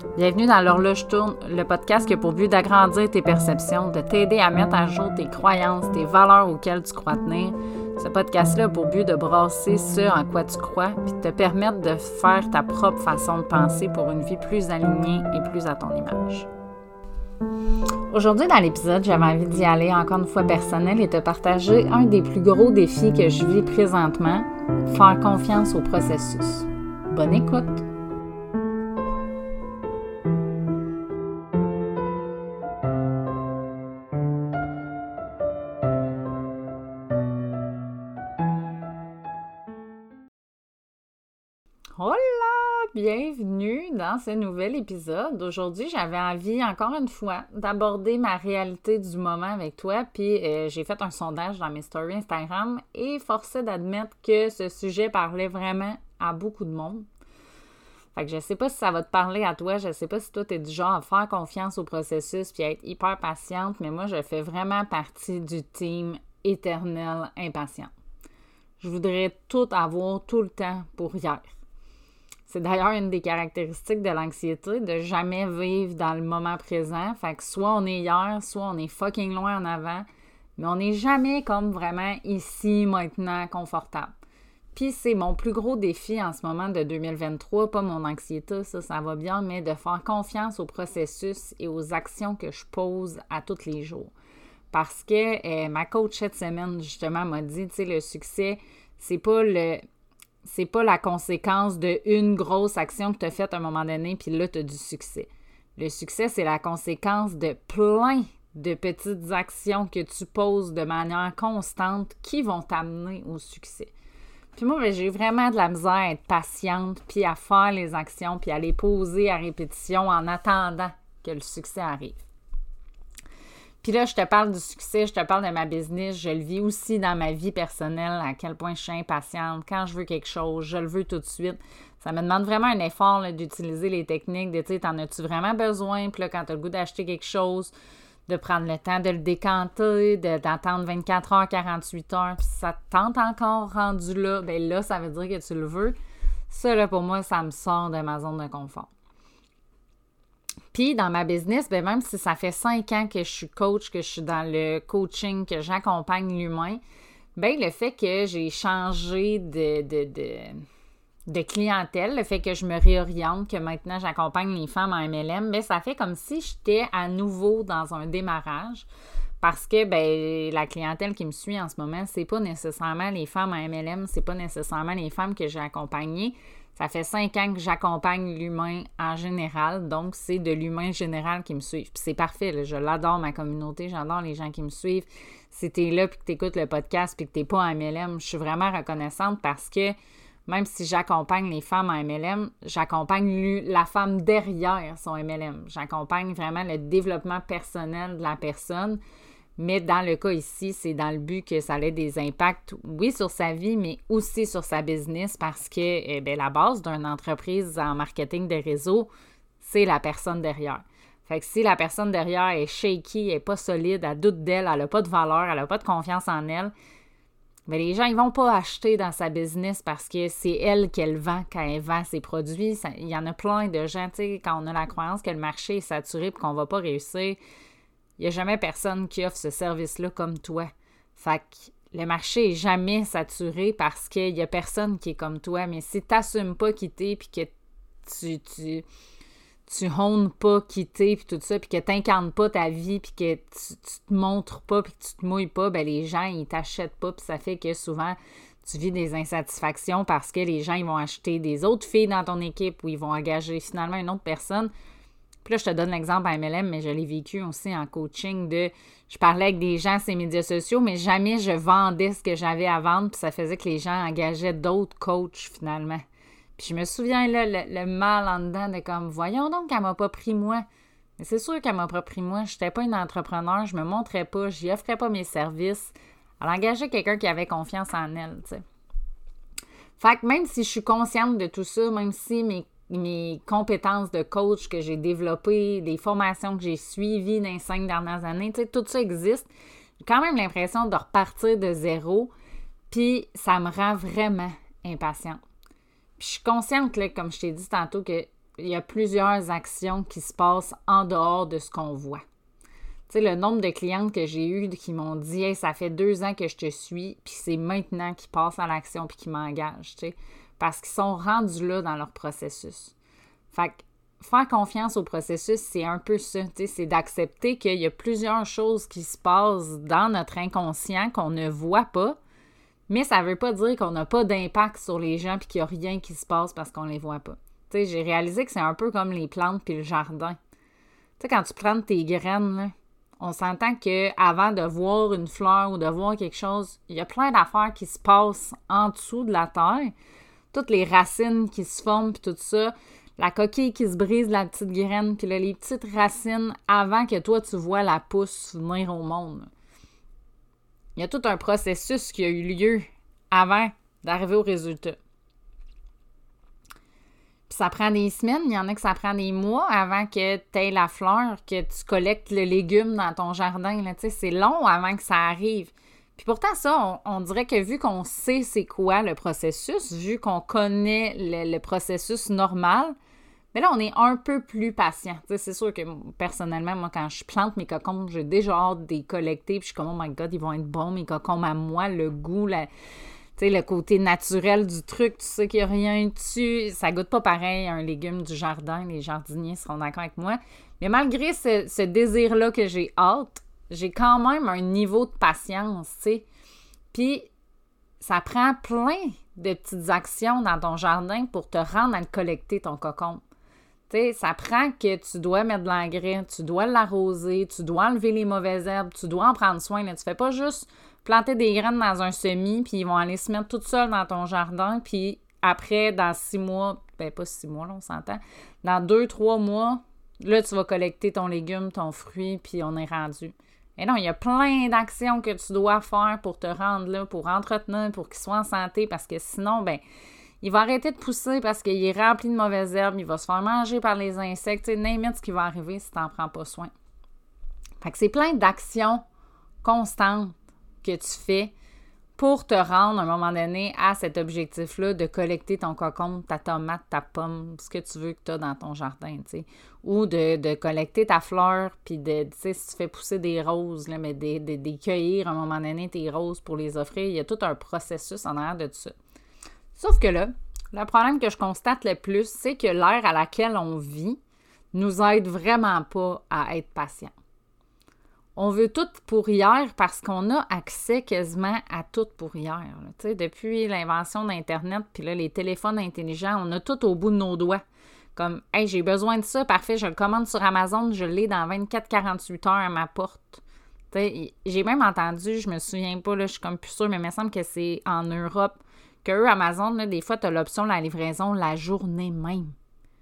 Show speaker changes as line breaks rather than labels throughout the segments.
Bienvenue dans l'Horloge Tourne, le podcast qui a pour but d'agrandir tes perceptions, de t'aider à mettre à jour tes croyances, tes valeurs auxquelles tu crois tenir. Ce podcast-là a pour but de brasser ce en quoi tu crois, puis de te permettre de faire ta propre façon de penser pour une vie plus alignée et plus à ton image. Aujourd'hui, dans l'épisode, j'avais envie d'y aller encore une fois personnel et te partager un des plus gros défis que je vis présentement, faire confiance au processus. Bonne écoute! Hola! Bienvenue dans ce nouvel épisode. Aujourd'hui, j'avais envie, encore une fois, d'aborder ma réalité du moment avec toi. Puis, j'ai fait un sondage dans mes stories Instagram et forcé d'admettre que ce sujet parlait vraiment à beaucoup de monde. Fait que je sais pas si ça va te parler à toi. Je sais pas si toi, t'es du genre à faire confiance au processus puis à être hyper patiente. Mais moi, je fais vraiment partie du team éternel impatient. Je voudrais tout avoir tout le temps pour hier. C'est d'ailleurs une des caractéristiques de l'anxiété, de jamais vivre dans le moment présent. Fait que soit on est hier, soit on est fucking loin en avant, mais on n'est jamais comme vraiment ici, maintenant, confortable. Puis c'est mon plus gros défi en ce moment de 2023, pas mon anxiété, ça va bien, mais de faire confiance au processus et aux actions que je pose à tous les jours. Parce que ma coach cette semaine, justement, m'a dit, tu sais, le succès, c'est pas la conséquence d'une grosse action que tu as faite à un moment donné, puis là, tu as du succès. Le succès, c'est la conséquence de plein de petites actions que tu poses de manière constante qui vont t'amener au succès. Puis moi, j'ai vraiment de la misère à être patiente, puis à faire les actions, puis à les poser à répétition en attendant que le succès arrive. Puis là, je te parle du succès, je te parle de ma business, je le vis aussi dans ma vie personnelle, à quel point je suis impatiente. Quand je veux quelque chose, je le veux tout de suite. Ça me demande vraiment un effort là, d'utiliser les techniques, de, tu sais, t'en as-tu vraiment besoin? Puis là, quand tu as le goût d'acheter quelque chose, de prendre le temps de le décanter, d'attendre 24 heures, 48 heures, puis si ça te tente encore rendu là, bien là, ça veut dire que tu le veux. Ça, là, pour moi, ça me sort de ma zone de confort. Puis, dans ma business, bien, même si ça fait 5 ans que je suis coach, que je suis dans le coaching, que j'accompagne l'humain, bien, le fait que j'ai changé de clientèle, le fait que je me réoriente, que maintenant j'accompagne les femmes en MLM, bien, ça fait comme si j'étais à nouveau dans un démarrage parce que, bien, la clientèle qui me suit en ce moment, c'est pas nécessairement les femmes en MLM, c'est pas nécessairement les femmes que j'ai accompagnées. Ça fait 5 ans que j'accompagne l'humain en général, donc c'est de l'humain général qui me suivent. Puis c'est parfait, là, je l'adore ma communauté, j'adore les gens qui me suivent. Si t'es là puis que t'écoutes le podcast puis que t'es pas en MLM, je suis vraiment reconnaissante parce que même si j'accompagne les femmes en MLM, j'accompagne la femme derrière son MLM. J'accompagne vraiment le développement personnel de la personne. Mais dans le cas ici, c'est dans le but que ça ait des impacts, oui, sur sa vie, mais aussi sur sa business parce que la base d'une entreprise en marketing de réseau, c'est la personne derrière. Fait que si la personne derrière est shaky, elle n'est pas solide, elle doute d'elle, elle n'a pas de valeur, elle n'a pas de confiance en elle, mais les gens, ils vont pas acheter dans sa business parce que c'est elle qu'elle vend quand elle vend ses produits. Il y en a plein de gens, tu sais, quand on a la croyance que le marché est saturé et qu'on ne va pas réussir, il n'y a jamais personne qui offre ce service-là comme toi. Fait que le marché n'est jamais saturé parce qu'il n'y a personne qui est comme toi. Mais si tu n'assumes pas quitter puis que tu honnes pas quitter puis tout ça, puis que tu n'incarnes pas ta vie puis que tu te montres pas puis que tu te mouilles pas, ben les gens, ils t'achètent pas puis ça fait que souvent, tu vis des insatisfactions parce que les gens, ils vont acheter des autres filles dans ton équipe ou ils vont engager finalement une autre personne. Puis là, je te donne l'exemple à MLM, mais je l'ai vécu aussi en coaching je parlais avec des gens sur les médias sociaux, mais jamais je vendais ce que j'avais à vendre, puis ça faisait que les gens engageaient d'autres coachs finalement. Puis je me souviens là, le mal en dedans de comme, voyons donc qu'elle m'a pas pris moi. Mais c'est sûr qu'elle m'a pas pris moi, je n'étais pas une entrepreneur, je me montrais pas, j'y offrais pas mes services. Elle engageait quelqu'un qui avait confiance en elle, tu sais. Fait que même si je suis consciente de tout ça, même si mes compétences de coach que j'ai développées, les formations que j'ai suivies dans les 5 dernières années, tu sais, tout ça existe. J'ai quand même l'impression de repartir de zéro, puis ça me rend vraiment impatiente. Puis je suis consciente, là, comme je t'ai dit tantôt, que il y a plusieurs actions qui se passent en dehors de ce qu'on voit. Tu sais, le nombre de clientes que j'ai eues qui m'ont dit « Hey, ça fait 2 ans que je te suis, puis c'est maintenant qu'ils passent à l'action puis qu'ils m'engagent. » Tu sais, parce qu'ils sont rendus là dans leur processus. Fait que faire confiance au processus, c'est un peu ça. Tu sais, c'est d'accepter qu'il y a plusieurs choses qui se passent dans notre inconscient qu'on ne voit pas, mais ça ne veut pas dire qu'on n'a pas d'impact sur les gens puis qu'il n'y a rien qui se passe parce qu'on ne les voit pas. Tu sais, j'ai réalisé que c'est un peu comme les plantes puis le jardin. Tu sais, quand tu plantes tes graines, là, on s'entend qu'avant de voir une fleur ou de voir quelque chose, il y a plein d'affaires qui se passent en dessous de la terre. Toutes les racines qui se forment puis tout ça, la coquille qui se brise, la petite graine, puis là, les petites racines avant que toi, tu vois la pousse venir au monde. Il y a tout un processus qui a eu lieu avant d'arriver au résultat. Puis ça prend des semaines, il y en a que ça prend des mois avant que tu aies la fleur, que tu collectes le légume dans ton jardin. Là, c'est long avant que ça arrive. Puis pourtant, ça, on dirait que vu qu'on sait c'est quoi le processus, vu qu'on connaît le processus normal, mais là, on est un peu plus patient. C'est sûr que personnellement, moi, quand je plante mes cocombes, j'ai déjà hâte de les collecter. Puis je suis comme, oh my God, ils vont être bons, mes cocombes à moi, le goût, le côté naturel du truc, tu sais qu'il n'y a rien dessus. Ça goûte pas pareil un légume du jardin. Les jardiniers seront d'accord avec moi. Mais malgré ce désir-là que j'ai hâte, j'ai quand même un niveau de patience, tu sais. Puis, ça prend plein de petites actions dans ton jardin pour te rendre à le collecter, ton cocombe. Tu sais, ça prend que tu dois mettre de l'engrais, tu dois l'arroser, tu dois enlever les mauvaises herbes, tu dois en prendre soin. Là. Tu fais pas juste planter des graines dans un semis, puis ils vont aller se mettre toutes seules dans ton jardin, puis après, dans 6 mois, ben pas 6 mois, là, on s'entend, dans 2-3 mois, là, tu vas collecter ton légume, ton fruit, puis on est rendu. Et non, il y a plein d'actions que tu dois faire pour te rendre là, pour entretenir, pour qu'il soit en santé, parce que sinon, ben il va arrêter de pousser parce qu'il est rempli de mauvaises herbes, il va se faire manger par les insectes, tu sais, n'importe ce qui va arriver si tu n'en prends pas soin. Fait que c'est plein d'actions constantes que tu fais pour te rendre à un moment donné à cet objectif-là de collecter ton cocombe, ta tomate, ta pomme, ce que tu veux que tu as dans ton jardin, tu sais. Ou de collecter ta fleur, puis tu sais, si tu fais pousser des roses, là, mais des cueillir à un moment donné tes roses pour les offrir, il y a tout un processus en arrière de tout ça. Sauf que là, le problème que je constate le plus, c'est que l'ère à laquelle on vit nous aide vraiment pas à être patient. On veut tout pour hier parce qu'on a accès quasiment à tout pour hier. Tu sais, depuis l'invention d'Internet, puis là, les téléphones intelligents, on a tout au bout de nos doigts. Comme, hey, j'ai besoin de ça, parfait, je le commande sur Amazon, je l'ai dans 24-48 heures à ma porte. Tu sais, j'ai même entendu, je me souviens pas, là, je suis comme plus sûre, mais il me semble que c'est en Europe, qu'eux, Amazon, là, des fois, tu as l'option de la livraison la journée même.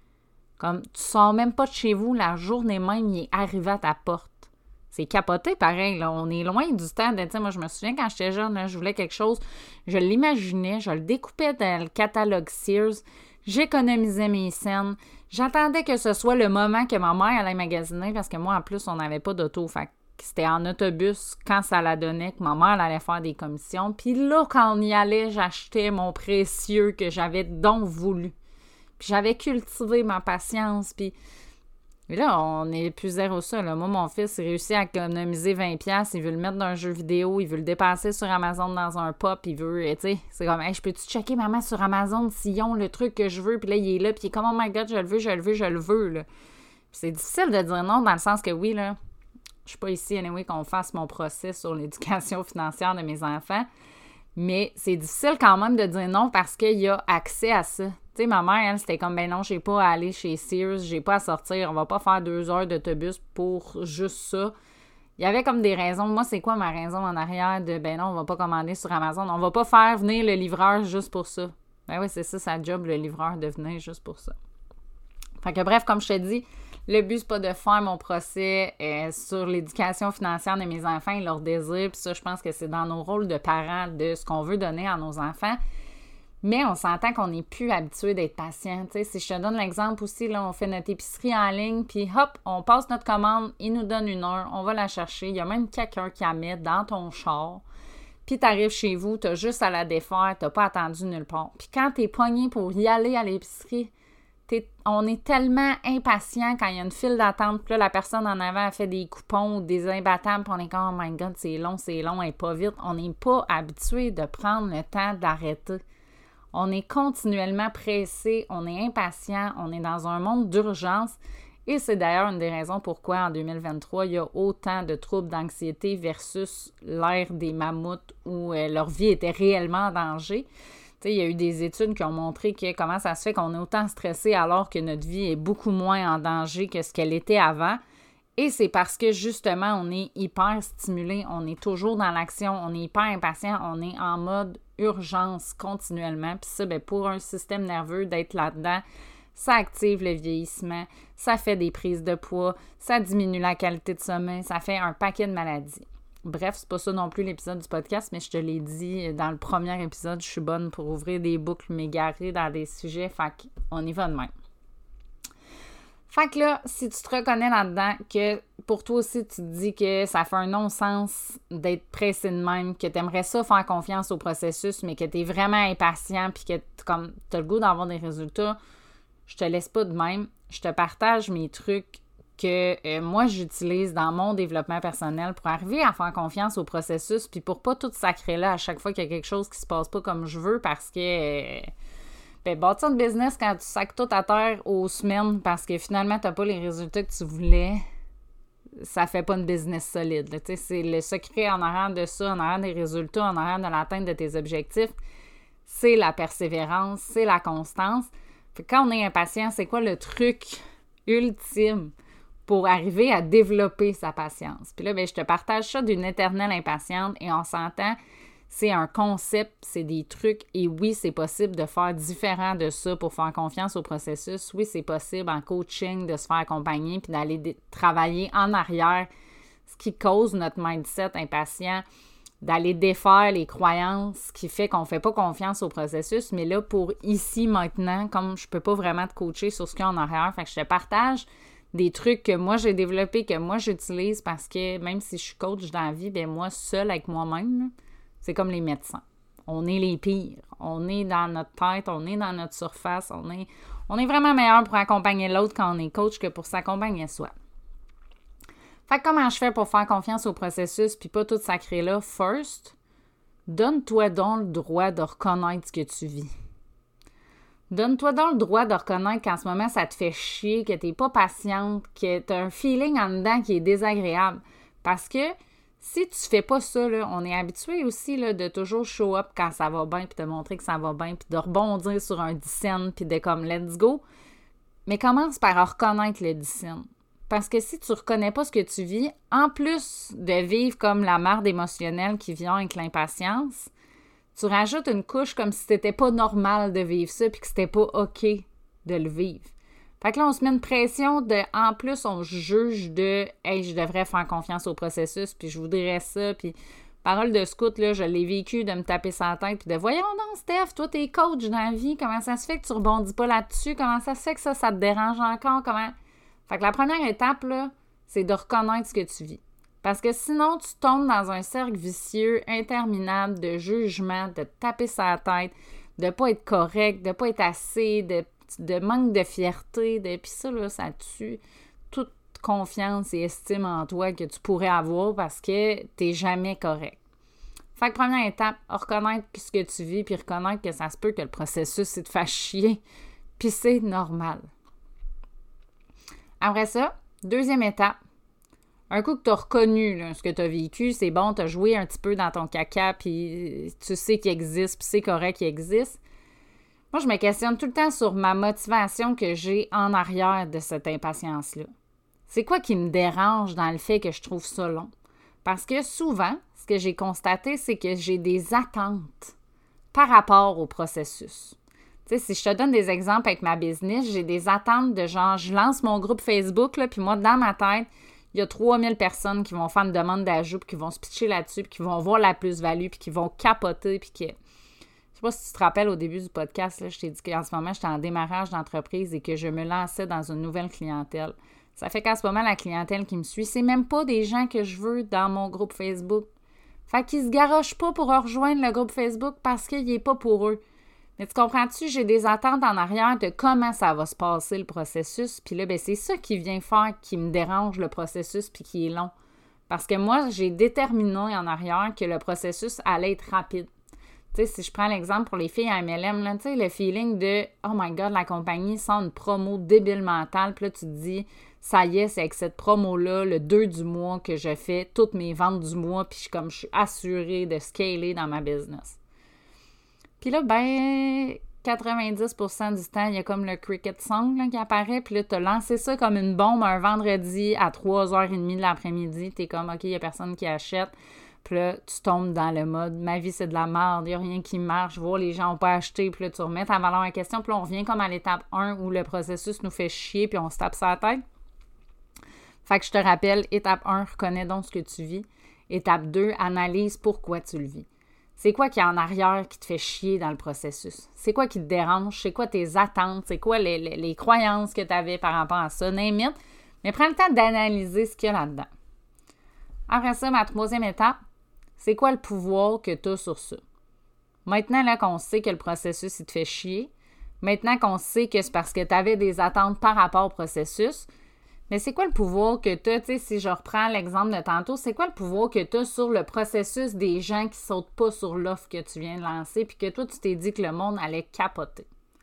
Comme, tu sors même pas de chez vous, la journée même, il est arrivé à ta porte. C'est capoté, pareil, là. On est loin du temps de, tu sais, moi, je me souviens quand j'étais jeune, là, je voulais quelque chose, je l'imaginais, je le découpais dans le catalogue Sears, j'économisais mes scènes, j'attendais que ce soit le moment que ma mère allait magasiner, parce que moi, en plus, on n'avait pas d'auto, fait que c'était en autobus quand ça la donnait, que ma mère allait faire des commissions, puis là, quand on y allait, j'achetais mon précieux que j'avais donc voulu. Puis j'avais cultivé ma patience, puis... Mais là, on est plus zéro ça. Là. Moi, mon fils, il réussit à économiser 20$, il veut le mettre dans un jeu vidéo, il veut le dépenser sur Amazon dans un pop, il veut, tu sais, c'est comme, hey, je peux-tu checker maman sur Amazon s'ils ont le truc que je veux, puis là, il est là, puis il est comme, oh my God, je le veux, je le veux, je le veux, là. Puis c'est difficile de dire non, dans le sens que oui, là, je suis pas ici, anyway, qu'on fasse mon procès sur l'éducation financière de mes enfants, mais c'est difficile quand même de dire non parce qu'il y a accès à ça. Tu sais, ma mère, elle, c'était comme, ben non, j'ai pas à aller chez Sears, j'ai pas à sortir, on va pas faire 2 heures d'autobus pour juste ça. Il y avait comme des raisons. Moi, c'est quoi ma raison en arrière de, ben non, on va pas commander sur Amazon, on va pas faire venir le livreur juste pour ça. Ben oui, c'est ça, sa job, le livreur, de venir juste pour ça. Fait que bref, comme je te dis, le but, c'est pas de faire mon procès sur l'éducation financière de mes enfants et leurs désirs. Puis ça, je pense que c'est dans nos rôles de parents de ce qu'on veut donner à nos enfants. Mais on s'entend qu'on n'est plus habitué d'être patient. Tu sais, si je te donne l'exemple aussi, là, on fait notre épicerie en ligne, puis hop, on passe notre commande, il nous donne 1 heure, on va la chercher. Il y a même quelqu'un qui la met dans ton char. Puis tu arrives chez vous, tu as juste à la défaire, tu n'as pas attendu nulle part. Puis quand tu es pogné pour y aller à l'épicerie, on est tellement impatient quand il y a une file d'attente, puis là, la personne en avant a fait des coupons ou des imbattables, puis on est comme « Oh my God, c'est long, et pas vite ». On n'est pas habitué de prendre le temps d'arrêter. On est continuellement pressé, on est impatient, on est dans un monde d'urgence. Et c'est d'ailleurs une des raisons pourquoi en 2023, il y a autant de troubles d'anxiété versus l'ère des mammouths où leur vie était réellement en danger. Il y a eu des études qui ont montré comment ça se fait qu'on est autant stressé alors que notre vie est beaucoup moins en danger que ce qu'elle était avant. Et c'est parce que justement, on est hyper stimulé, on est toujours dans l'action, on est hyper impatient, on est en mode urgence continuellement. Puis ça, pour un système nerveux d'être là-dedans, ça active le vieillissement, ça fait des prises de poids, ça diminue la qualité de sommeil, ça fait un paquet de maladies. Bref, c'est pas ça non plus l'épisode du podcast, mais je te l'ai dit dans le premier épisode, je suis bonne pour ouvrir des boucles, m'égarer dans des sujets, fait qu'on y va de même. Fait que là, si tu te reconnais là-dedans, que pour toi aussi, tu te dis que ça fait un non-sens d'être pressé de même, que tu aimerais ça faire confiance au processus, mais que tu es vraiment impatient puis que tu as le goût d'avoir des résultats, je te laisse pas de même. Je te partage mes trucs que moi, j'utilise dans mon développement personnel pour arriver à faire confiance au processus puis pour pas tout sacrer là à chaque fois qu'il y a quelque chose qui se passe pas comme je veux parce que... bâtir une business quand tu sacs tout à terre aux semaines parce que finalement, tu n'as pas les résultats que tu voulais, ça fait pas une business solide. Là. C'est le secret en arrière de ça, en arrière des résultats, en arrière de l'atteinte de tes objectifs, c'est la persévérance, c'est la constance. Fait que quand on est impatient, c'est quoi le truc ultime pour arriver à développer sa patience? Puis là, je te partage ça d'une éternelle impatiente et on s'entend... C'est un concept, c'est des trucs et oui, c'est possible de faire différent de ça pour faire confiance au processus. Oui, c'est possible en coaching de se faire accompagner puis d'aller travailler en arrière ce qui cause notre mindset impatient, d'aller défaire les croyances qui fait qu'on ne fait pas confiance au processus. Mais là, pour ici, maintenant, comme je ne peux pas vraiment te coacher sur ce qu'il y a en arrière, fait que je te partage des trucs que moi j'ai développés, que moi j'utilise parce que même si je suis coach dans la vie, moi, seule avec moi-même, là, c'est comme les médecins. On est les pires. On est dans notre tête, on est dans notre surface. On est vraiment meilleur pour accompagner l'autre quand on est coach que pour s'accompagner soi. Fait que comment je fais pour faire confiance au processus puis pas tout sacrer là? First, donne-toi donc le droit de reconnaître ce que tu vis. Donne-toi donc le droit de reconnaître qu'en ce moment, ça te fait chier, que t'es pas patiente, que t'as un feeling en dedans qui est désagréable. Parce que si tu fais pas ça, là, on est habitué aussi là, de toujours show up quand ça va bien, puis de montrer que ça va bien, puis de rebondir sur un dissent, puis de comme let's go. Mais commence par reconnaître le dissent. Parce que si tu reconnais pas ce que tu vis, en plus de vivre comme la marde émotionnelle qui vient avec l'impatience, tu rajoutes une couche comme si c'était pas normal de vivre ça, puis que c'était pas OK de le vivre. Fait que là, on se met une pression de... En plus, on juge de « Hey, je devrais faire confiance au processus, puis je voudrais ça, puis... » Parole de scout, là, je l'ai vécu de me taper sa tête, puis de « Voyons donc, Steph, toi, t'es coach dans la vie, comment ça se fait que tu rebondis pas là-dessus? Comment ça se fait que ça te dérange encore? Comment... » Fait que la première étape, là, c'est de reconnaître ce que tu vis. Parce que sinon, tu tombes dans un cercle vicieux, interminable, de jugement, de te taper sa tête, de pas être correct, de pas être assez, de manque de fierté, puis ça, là, ça tue toute confiance et estime en toi que tu pourrais avoir parce que t'es jamais correct. Fait que première étape, reconnaître ce que tu vis, puis reconnaître que ça se peut que le processus, c'est te faire chier, puis c'est normal. Après ça, deuxième étape, un coup que tu as reconnu là, ce que tu as vécu, c'est bon, tu as joué un petit peu dans ton caca, puis tu sais qu'il existe, puis c'est correct qu'il existe. Moi, je me questionne tout le temps sur ma motivation que j'ai en arrière de cette impatience-là. C'est quoi qui me dérange dans le fait que je trouve ça long? Parce que souvent, ce que j'ai constaté, c'est que j'ai des attentes par rapport au processus. Tu sais, si je te donne des exemples avec ma business, j'ai des attentes de genre, je lance mon groupe Facebook, là, puis moi, dans ma tête, il y a 3000 personnes qui vont faire une demande d'ajout, puis qui vont se pitcher là-dessus, puis qui vont voir la plus-value, puis qui vont capoter, puis qui... Je sais pas si tu te rappelles au début du podcast, là, je t'ai dit qu'en ce moment, j'étais en démarrage d'entreprise et que je me lançais dans une nouvelle clientèle. Ça fait qu'en ce moment, la clientèle qui me suit, c'est même pas des gens que je veux dans mon groupe Facebook. Fait qu'ils se garochent pas pour rejoindre le groupe Facebook parce qu'il est pas pour eux. Mais tu comprends-tu, j'ai des attentes en arrière de comment ça va se passer le processus. Puis là, ben c'est ça qui vient faire, qui me dérange le processus puis qui est long. Parce que moi, j'ai déterminé en arrière que le processus allait être rapide. Tu sais, si je prends l'exemple pour les filles à MLM, là, tu sais, le feeling de « Oh my God, la compagnie sent une promo débile mentale. » Puis là, tu te dis « Ça y est, c'est avec cette promo-là, le 2 du mois, que je fais toutes mes ventes du mois. » Puis je suis assurée de scaler dans ma business. Puis là, ben, 90% du temps, il y a comme le cricket song là, qui apparaît. Puis là, tu as lancé ça comme une bombe un vendredi à 3h30 de l'après-midi. Tu es comme, OK, il n'y a personne qui achète. Puis là, tu tombes dans le mode, ma vie, c'est de la merde, il n'y a rien qui marche, je vois les gens n'ont pas acheté. Puis là, tu remets ta valeur en question. Puis là, on revient comme à l'étape 1 où le processus nous fait chier puis on se tape sur la tête. Fait que je te rappelle, étape 1, reconnais donc ce que tu vis. Étape 2, analyse pourquoi tu le vis. C'est quoi qui est en arrière qui te fait chier dans le processus? C'est quoi qui te dérange? C'est quoi tes attentes? C'est quoi les croyances que tu avais par rapport à ça? Name it. Mais prends le temps d'analyser ce qu'il y a là-dedans. Après ça, ma troisième étape, c'est quoi le pouvoir que tu as sur ça? Maintenant là qu'on sait que le processus, il te fait chier, maintenant qu'on sait que c'est parce que tu avais des attentes par rapport au processus, mais c'est quoi le pouvoir que tu as, tu sais, si je reprends l'exemple de tantôt, c'est quoi le pouvoir que tu as sur le processus des gens qui ne sautent pas sur l'offre que tu viens de lancer puis que toi, tu t'es dit que le monde allait capoter?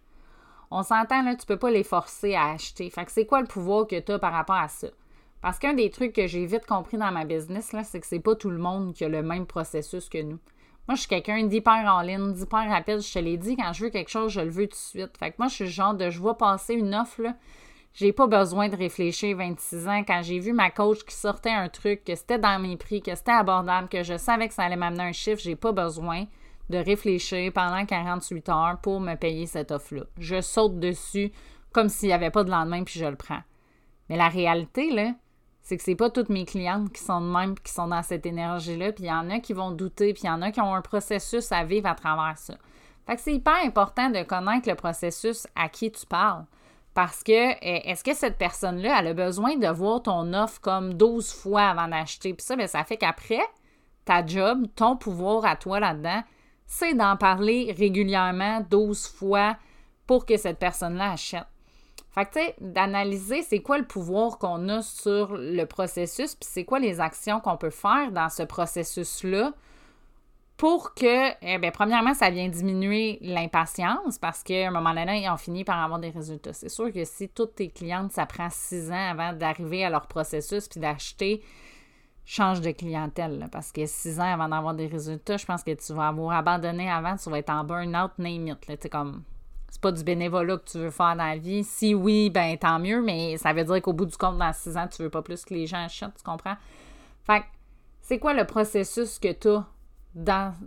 On s'entend, là, tu ne peux pas les forcer à acheter. Fait que c'est quoi le pouvoir que tu as par rapport à ça? Parce qu'un des trucs que j'ai vite compris dans ma business, là, c'est que c'est pas tout le monde qui a le même processus que nous. Moi, je suis quelqu'un d'hyper en-ligne, d'hyper rapide. Je te l'ai dit, quand je veux quelque chose, je le veux tout de suite. Fait que moi, je suis le genre de, je vois passer une offre, là, j'ai pas besoin de réfléchir 26 ans. Quand j'ai vu ma coach qui sortait un truc, que c'était dans mes prix, que c'était abordable, que je savais que ça allait m'amener un chiffre, j'ai pas besoin de réfléchir pendant 48 heures pour me payer cette offre-là. Je saute dessus comme s'il n'y avait pas de lendemain, puis je le prends. Mais la réalité, là, c'est que c'est pas toutes mes clientes qui sont de même, qui sont dans cette énergie-là, puis il y en a qui vont douter, puis il y en a qui ont un processus à vivre à travers ça. Fait que c'est hyper important de connaître le processus à qui tu parles. Parce que, est-ce que cette personne-là, elle a besoin de voir ton offre comme 12 fois avant d'acheter? Puis ça, bien, ça fait qu'après, ta job, ton pouvoir à toi là-dedans, c'est d'en parler régulièrement 12 fois pour que cette personne-là achète. Fait que, tu sais, d'analyser c'est quoi le pouvoir qu'on a sur le processus, puis c'est quoi les actions qu'on peut faire dans ce processus-là pour que, premièrement, ça vient diminuer l'impatience parce qu'à un moment donné, on finit par avoir des résultats. C'est sûr que si toutes tes clientes, ça prend 6 ans avant d'arriver à leur processus puis d'acheter, change de clientèle. Là, parce que 6 ans avant d'avoir des résultats, je pense que tu vas avoir abandonné avant, tu vas être en burn-out, name it. Là, comme, c'est pas du bénévolat que tu veux faire dans la vie. Si oui, ben tant mieux, mais ça veut dire qu'au bout du compte, dans 6 ans, tu veux pas plus que les gens achètent, tu comprends? Fait que, c'est quoi le processus que tu as dans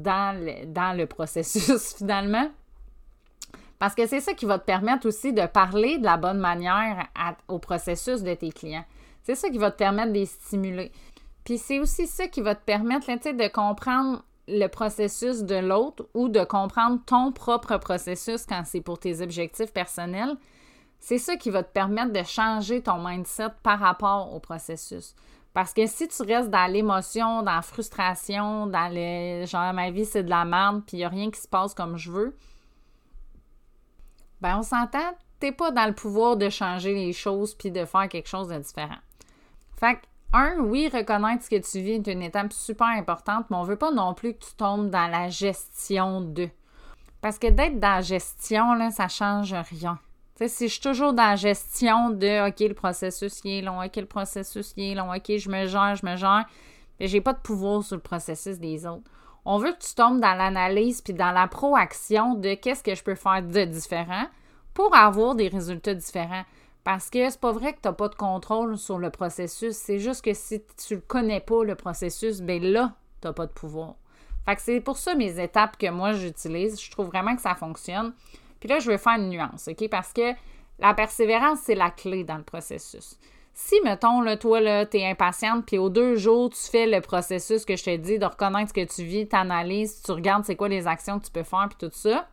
le processus, finalement? Parce que c'est ça qui va te permettre aussi de parler de la bonne manière au processus de tes clients. C'est ça qui va te permettre de les stimuler. Puis c'est aussi ça qui va te permettre là, de comprendre le processus de l'autre ou de comprendre ton propre processus quand c'est pour tes objectifs personnels. C'est ça qui va te permettre de changer ton mindset par rapport au processus. Parce que si tu restes dans l'émotion, dans la frustration, dans le genre ma vie c'est de la merde puis il n'y a rien qui se passe comme je veux, ben on s'entend, t'es pas dans le pouvoir de changer les choses puis de faire quelque chose de différent. Fait que, oui, reconnaître ce que tu vis est une étape super importante, mais on veut pas non plus que tu tombes dans la gestion de. Parce que d'être dans la gestion, là, ça change rien. Tu sais, si je suis toujours dans la gestion de « OK, le processus, il est long. OK, le processus, il est long. OK, je me gère. » mais j'ai pas de pouvoir sur le processus des autres. On veut que tu tombes dans l'analyse puis dans la proaction de qu'est-ce que je peux faire de différent pour avoir des résultats différents. Parce que c'est pas vrai que tu n'as pas de contrôle sur le processus. C'est juste que si tu le connais pas, le processus, bien là, tu n'as pas de pouvoir. Fait que c'est pour ça mes étapes que moi j'utilise. Je trouve vraiment que ça fonctionne. Puis là, je veux faire une nuance, OK? Parce que la persévérance, c'est la clé dans le processus. Si, mettons, là, toi, là, t'es impatiente, puis aux 2 jours, tu fais le processus que je te dis, de reconnaître ce que tu vis, t'analyses, tu regardes c'est quoi les actions que tu peux faire, puis tout ça,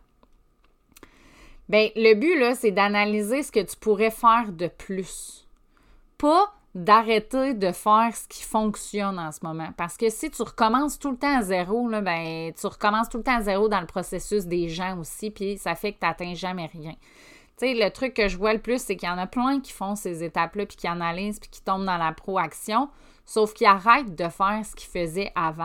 bien, le but, là, c'est d'analyser ce que tu pourrais faire de plus. Pas d'arrêter de faire ce qui fonctionne en ce moment. Parce que si tu recommences tout le temps à zéro, là, ben, tu recommences tout le temps à zéro dans le processus des gens aussi, puis ça fait que tu n'atteins jamais rien. Tu sais, le truc que je vois le plus, c'est qu'il y en a plein qui font ces étapes-là, puis qui analysent, puis qui tombent dans la proaction, sauf qu'ils arrêtent de faire ce qu'ils faisaient avant.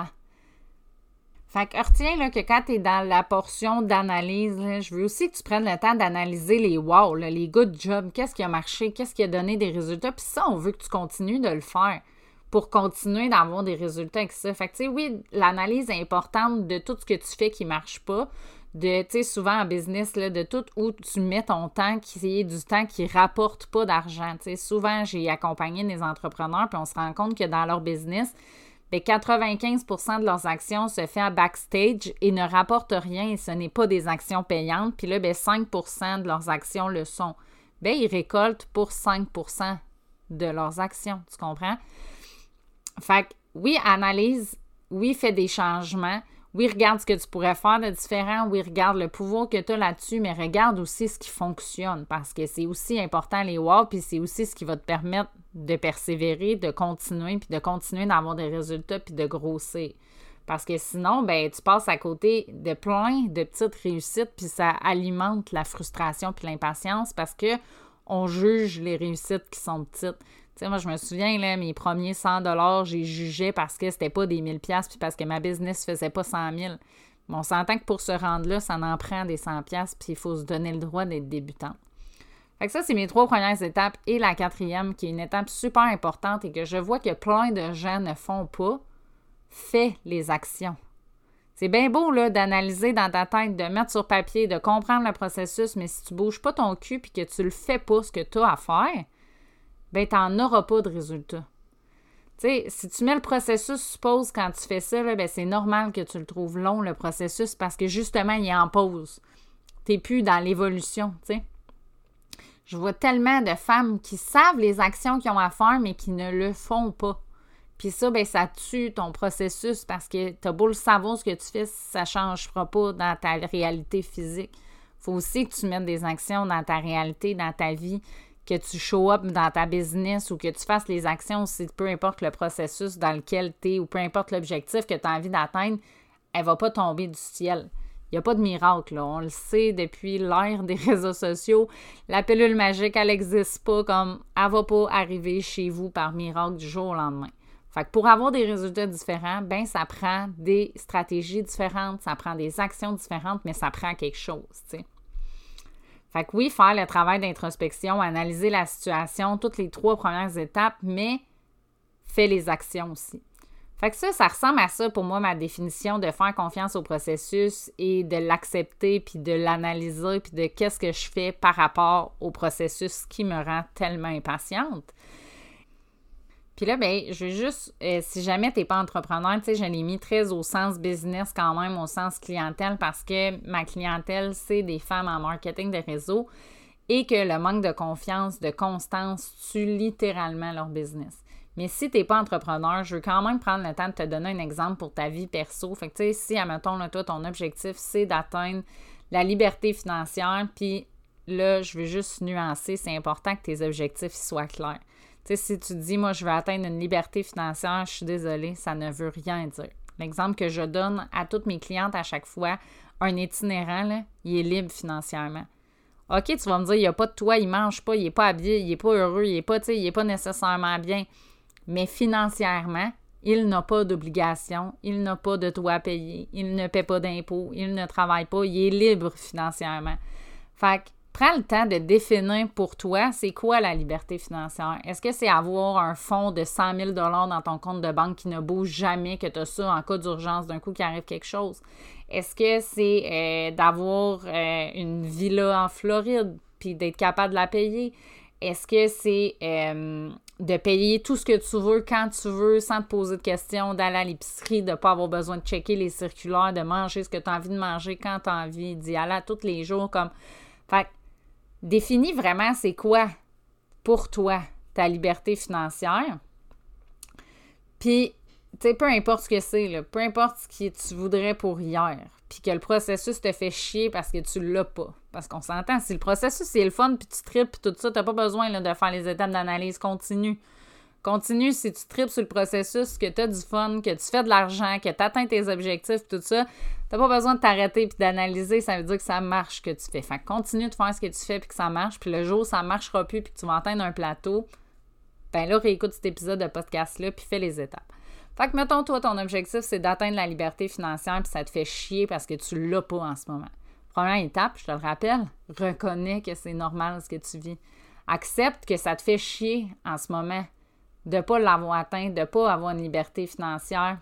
Fait que retiens là, que quand tu es dans la portion d'analyse, là, je veux aussi que tu prennes le temps d'analyser les wow, là, les good jobs, qu'est-ce qui a marché, qu'est-ce qui a donné des résultats. Puis ça, on veut que tu continues de le faire pour continuer d'avoir des résultats avec ça. Fait que tu sais, oui, l'analyse est importante de tout ce que tu fais qui ne marche pas, de, tu sais, souvent en business, là, de tout où tu mets ton temps, qui est du temps qui ne rapporte pas d'argent. Tu sais, souvent, j'ai accompagné des entrepreneurs, puis on se rend compte que dans leur business, bien, 95% de leurs actions se fait à backstage et ne rapportent rien et ce n'est pas des actions payantes. Puis là, bien, 5% de leurs actions le sont. Bien, ils récoltent pour 5% de leurs actions. Tu comprends? Fait que oui, analyse, oui, fais des changements, oui, regarde ce que tu pourrais faire de différent, oui, regarde le pouvoir que tu as là-dessus, mais regarde aussi ce qui fonctionne parce que c'est aussi important les wow, puis c'est aussi ce qui va te permettre de persévérer, de continuer, puis de continuer d'avoir des résultats, puis de grossir. Parce que sinon, ben tu passes à côté de plein de petites réussites, puis ça alimente la frustration puis l'impatience parce que on juge les réussites qui sont petites. Tu sais, moi, je me souviens, là, mes premiers 100 $, j'ai jugé parce que c'était pas des 1000$ puis parce que ma business faisait pas 100 000. Mais on s'entend que pour se rendre là, ça en prend des 100$ puis il faut se donner le droit d'être débutant. Fait que ça, c'est mes 3 premières étapes et la 4e, qui est une étape super importante et que je vois que plein de gens ne font pas. Fais les actions. C'est bien beau là, d'analyser dans ta tête, de mettre sur papier, de comprendre le processus, mais si tu ne bouges pas ton cul et que tu le fais pas ce que tu as à faire, bien, tu n'en auras pas de résultat. Tu sais, si tu mets le processus, suppose, quand tu fais ça, là, bien, c'est normal que tu le trouves long, le processus, parce que justement, il est en pause. Tu n'es plus dans l'évolution, tu sais. Je vois tellement de femmes qui savent les actions qu'ils ont à faire, mais qui ne le font pas. Puis ça, bien, ça tue ton processus parce que tu as beau le savoir ce que tu fais, ça ne changera pas dans ta réalité physique. Il faut aussi que tu mettes des actions dans ta réalité, dans ta vie, que tu show up dans ta business ou que tu fasses les actions aussi, peu importe le processus dans lequel tu es ou peu importe l'objectif que tu as envie d'atteindre, elle ne va pas tomber du ciel. Il n'y a pas de miracle, là. On le sait depuis l'ère des réseaux sociaux. La pilule magique, elle n'existe pas comme elle ne va pas arriver chez vous par miracle du jour au lendemain. Fait que pour avoir des résultats différents, ben ça prend des stratégies différentes, ça prend des actions différentes, mais ça prend quelque chose, tu sais. Fait que oui, faire le travail d'introspection, analyser la situation, toutes les 3 premières étapes, mais fais les actions aussi. Fait que ça ressemble à ça pour moi, ma définition de faire confiance au processus et de l'accepter, puis de l'analyser, puis de qu'est-ce que je fais par rapport au processus qui me rend tellement impatiente. Puis là, bien, je veux juste, si jamais tu n'es pas entrepreneur, tu sais, je l'ai mis très au sens business quand même, au sens clientèle, parce que ma clientèle, c'est des femmes en marketing de réseau et que le manque de confiance, de constance tue littéralement leur business. Mais si tu n'es pas entrepreneur, je veux quand même prendre le temps de te donner un exemple pour ta vie perso. Fait que, tu sais, si, admettons, là, toi, ton objectif, c'est d'atteindre la liberté financière, puis là, je veux juste nuancer, c'est important que tes objectifs soient clairs. Tu sais, si tu dis, moi, je veux atteindre une liberté financière, je suis désolée, ça ne veut rien dire. L'exemple que je donne à toutes mes clientes à chaque fois, un itinérant, là, il est libre financièrement. OK, tu vas me dire, il n'y a pas de toit, il ne mange pas, il n'est pas habillé, il n'est pas heureux, il n'est pas nécessairement bien. Mais financièrement, il n'a pas d'obligation, il n'a pas de toit à payer, il ne paie pas d'impôts, il ne travaille pas, il est libre financièrement. Fait que prends le temps de définir pour toi, c'est quoi la liberté financière? Est-ce que c'est avoir un fonds de 100 000 $ dans ton compte de banque qui ne bouge jamais, que tu as ça en cas d'urgence, d'un coup qu'il arrive quelque chose? Est-ce que c'est d'avoir une villa en Floride puis d'être capable de la payer? Est-ce que c'est de payer tout ce que tu veux quand tu veux sans te poser de questions, d'aller à l'épicerie, de ne pas avoir besoin de checker les circulaires, de manger ce que tu as envie de manger quand tu as envie, d'y aller à tous les jours comme... Fait que définis vraiment c'est quoi pour toi ta liberté financière. Puis, tu sais, peu importe ce que c'est, là, peu importe ce que tu voudrais pour hier, puis que le processus te fait chier parce que tu l'as pas. Parce qu'on s'entend, si le processus c'est le fun, puis tu tripes, puis tout ça, t'as pas besoin là, de faire les étapes d'analyse continue. Continue si tu tripes sur le processus, que tu as du fun, que tu fais de l'argent, que tu atteins tes objectifs, tout ça. Tu n'as pas besoin de t'arrêter et d'analyser, ça veut dire que ça marche ce que tu fais. Fait que continue de faire ce que tu fais puis que ça marche. Puis le jour où ça ne marchera plus puis que tu vas atteindre un plateau, ben là, réécoute cet épisode de podcast-là puis fais les étapes. Fait que mettons, toi, ton objectif, c'est d'atteindre la liberté financière puis ça te fait chier parce que tu ne l'as pas en ce moment. Première étape, je te le rappelle, reconnais que c'est normal ce que tu vis. Accepte que ça te fait chier en ce moment de ne pas l'avoir atteint, de ne pas avoir une liberté financière,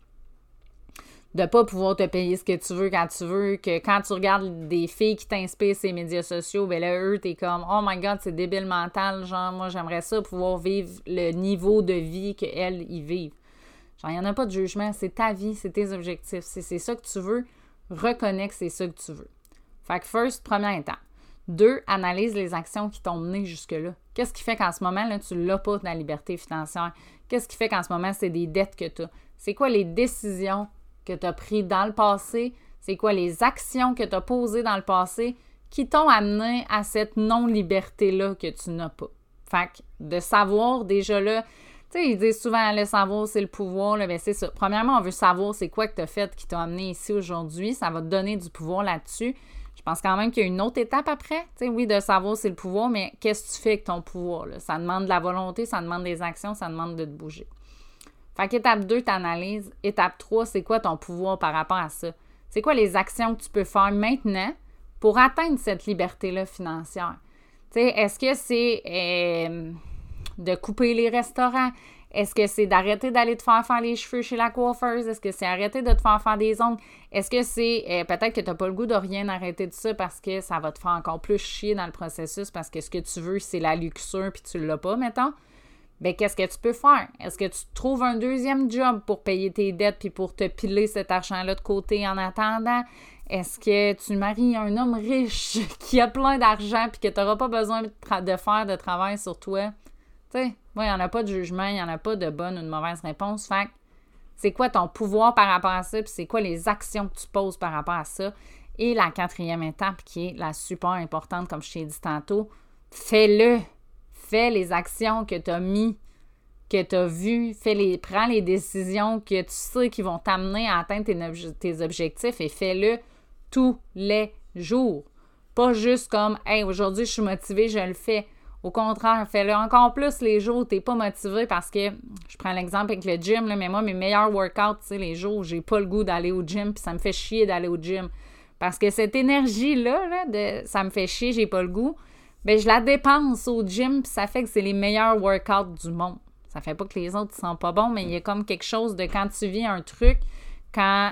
de ne pas pouvoir te payer ce que tu veux quand tu veux, que quand tu regardes des filles qui t'inspirent sur les médias sociaux, ben là, eux, t'es comme « Oh my God, c'est débile mental, genre, moi, j'aimerais ça pouvoir vivre le niveau de vie qu'elles y vivent. » Genre, il n'y en a pas de jugement, c'est ta vie, c'est tes objectifs, c'est ça que tu veux, reconnais que c'est ça que tu veux. Fait que first, première étape. 2, analyse les actions qui t'ont mené jusque-là. Qu'est-ce qui fait qu'en ce moment, là, tu n'as pas la liberté financière? Qu'est-ce qui fait qu'en ce moment, c'est des dettes que tu as? C'est quoi les décisions que tu as prises dans le passé? C'est quoi les actions que tu as posées dans le passé qui t'ont amené à cette non-liberté-là que tu n'as pas? Fait que de savoir déjà là, tu sais, ils disent souvent, le savoir, c'est le pouvoir. Là, bien, c'est ça. Premièrement, on veut savoir c'est quoi que tu as fait qui t'a amené ici aujourd'hui. Ça va te donner du pouvoir là-dessus. Je pense quand même qu'il y a une autre étape après. Tu sais, oui, de savoir, c'est le pouvoir, mais qu'est-ce que tu fais avec ton pouvoir? Là? Ça demande de la volonté, ça demande des actions, ça demande de te bouger. Fait qu'étape 2, tu analyses. Étape 3, c'est quoi ton pouvoir par rapport à ça? C'est quoi les actions que tu peux faire maintenant pour atteindre cette liberté-là financière? Tu sais, est-ce que c'est de couper les restaurants? Est-ce que c'est d'arrêter d'aller te faire les cheveux chez la coiffeuse? Est-ce que c'est arrêter de te faire des ongles? Est-ce que c'est peut-être que tu n'as pas le goût de rien arrêter de ça parce que ça va te faire encore plus chier dans le processus parce que ce que tu veux, c'est la luxure puis tu ne l'as pas, mettons? Bien, qu'est-ce que tu peux faire? Est-ce que tu trouves un deuxième job pour payer tes dettes puis pour te piler cet argent-là de côté en attendant? Est-ce que tu maries un homme riche qui a plein d'argent puis que tu n'auras pas besoin de faire de travail sur toi? Tu sais, moi, il n'y en a pas de jugement, il n'y en a pas de bonne ou de mauvaise réponse. Fait que c'est quoi ton pouvoir par rapport à ça, puis c'est quoi les actions que tu poses par rapport à ça. Et la 4e étape, qui est la super importante, comme je t'ai dit tantôt, fais-le. Fais les actions que tu as mis, que tu as vues. Prends les décisions que tu sais qui vont t'amener à atteindre tes objectifs et fais-le tous les jours. Pas juste comme « Hey, aujourd'hui, je suis motivée, je le fais ». Au contraire, fais-le encore plus les jours où tu n'es pas motivé parce que, je prends l'exemple avec le gym, là, mais moi, mes meilleurs workouts, tu sais, les jours où j'ai pas le goût d'aller au gym, puis ça me fait chier d'aller au gym. Parce que cette énergie-là, de ça me fait chier, j'ai pas le goût, bien, je la dépense au gym, puis ça fait que c'est les meilleurs workouts du monde. Ça fait pas que les autres ne sont pas bons, mais il y a comme quelque chose de quand tu vis un truc, quand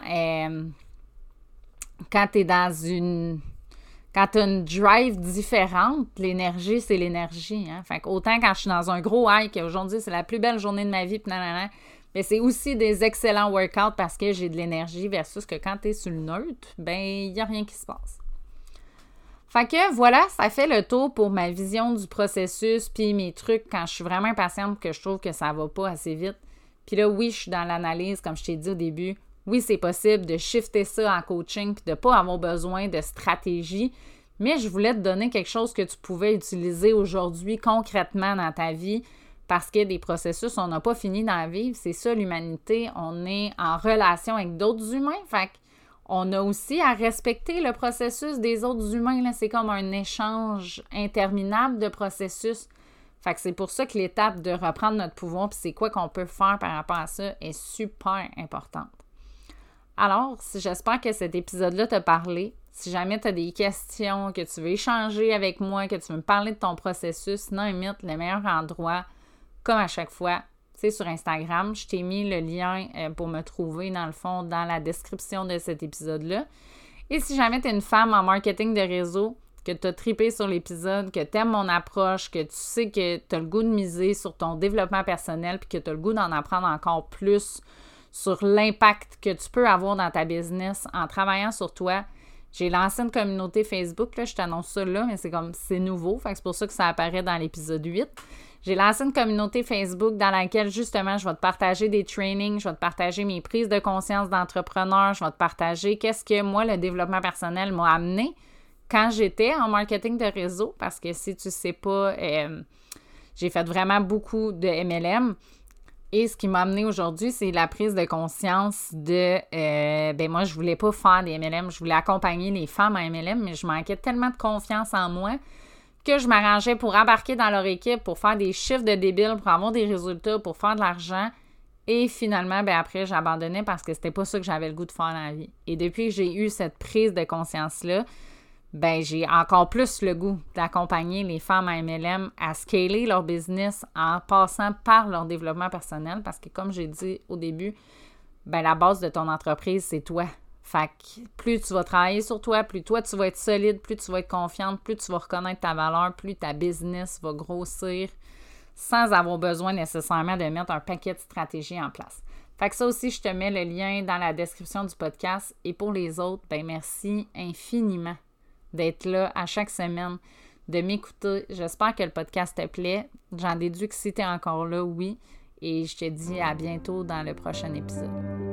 tu es dans une... Quand tu as une drive différente, l'énergie, c'est l'énergie. Hein? Fait qu'autant quand je suis dans un gros hike, aujourd'hui, c'est la plus belle journée de ma vie, mais c'est aussi des excellents workouts parce que j'ai de l'énergie versus que quand tu es sur le neutre, ben il n'y a rien qui se passe. Fait que voilà, ça fait le tour pour ma vision du processus puis mes trucs quand je suis vraiment impatiente que je trouve que ça va pas assez vite. Puis là, oui, je suis dans l'analyse, comme je t'ai dit au début. Oui, c'est possible de shifter ça en coaching puis de ne pas avoir besoin de stratégie, mais je voulais te donner quelque chose que tu pouvais utiliser aujourd'hui concrètement dans ta vie parce que des processus, on n'a pas fini d'en vivre. C'est ça, l'humanité. On est en relation avec d'autres humains. Fait qu'on a aussi à respecter le processus des autres humains. Là. C'est comme un échange interminable de processus. Fait que c'est pour ça que l'étape de reprendre notre pouvoir puis c'est quoi qu'on peut faire par rapport à ça est super importante. Alors, j'espère que cet épisode-là t'a parlé. Si jamais tu as des questions, que tu veux échanger avec moi, que tu veux me parler de ton processus, n'importe le meilleur endroit, comme à chaque fois, c'est sur Instagram. Je t'ai mis le lien pour me trouver, dans le fond, dans la description de cet épisode-là. Et si jamais tu es une femme en marketing de réseau, que tu as trippé sur l'épisode, que tu aimes mon approche, que tu sais que tu as le goût de miser sur ton développement personnel puis que tu as le goût d'en apprendre encore plus sur l'impact que tu peux avoir dans ta business en travaillant sur toi. J'ai lancé une communauté Facebook, là, je t'annonce ça là, mais c'est nouveau, fait que c'est pour ça que ça apparaît dans l'épisode 8. J'ai lancé une communauté Facebook dans laquelle, justement, je vais te partager des trainings, je vais te partager mes prises de conscience d'entrepreneur, je vais te partager qu'est-ce que moi, le développement personnel m'a amené quand j'étais en marketing de réseau, parce que si tu sais pas... J'ai fait vraiment beaucoup de MLM. Et ce qui m'a amené aujourd'hui, c'est la prise de conscience de... moi, je voulais pas faire des MLM. Je voulais accompagner les femmes en MLM, mais je manquais tellement de confiance en moi que je m'arrangeais pour embarquer dans leur équipe, pour faire des chiffres de débile, pour avoir des résultats, pour faire de l'argent. Et finalement, après, j'abandonnais parce que c'était pas ça que j'avais le goût de faire dans la vie. Et depuis que j'ai eu cette prise de conscience-là, j'ai encore plus le goût d'accompagner les femmes à MLM à scaler leur business en passant par leur développement personnel parce que, comme j'ai dit au début, la base de ton entreprise, c'est toi. Fait que plus tu vas travailler sur toi, plus toi tu vas être solide, plus tu vas être confiante, plus tu vas reconnaître ta valeur, plus ta business va grossir sans avoir besoin nécessairement de mettre un paquet de stratégies en place. Fait que ça aussi, je te mets le lien dans la description du podcast. Et pour les autres, merci infiniment d'être là à chaque semaine, de m'écouter. J'espère que le podcast te plaît. J'en déduis que si tu es encore là, oui. Et je te dis à bientôt dans le prochain épisode.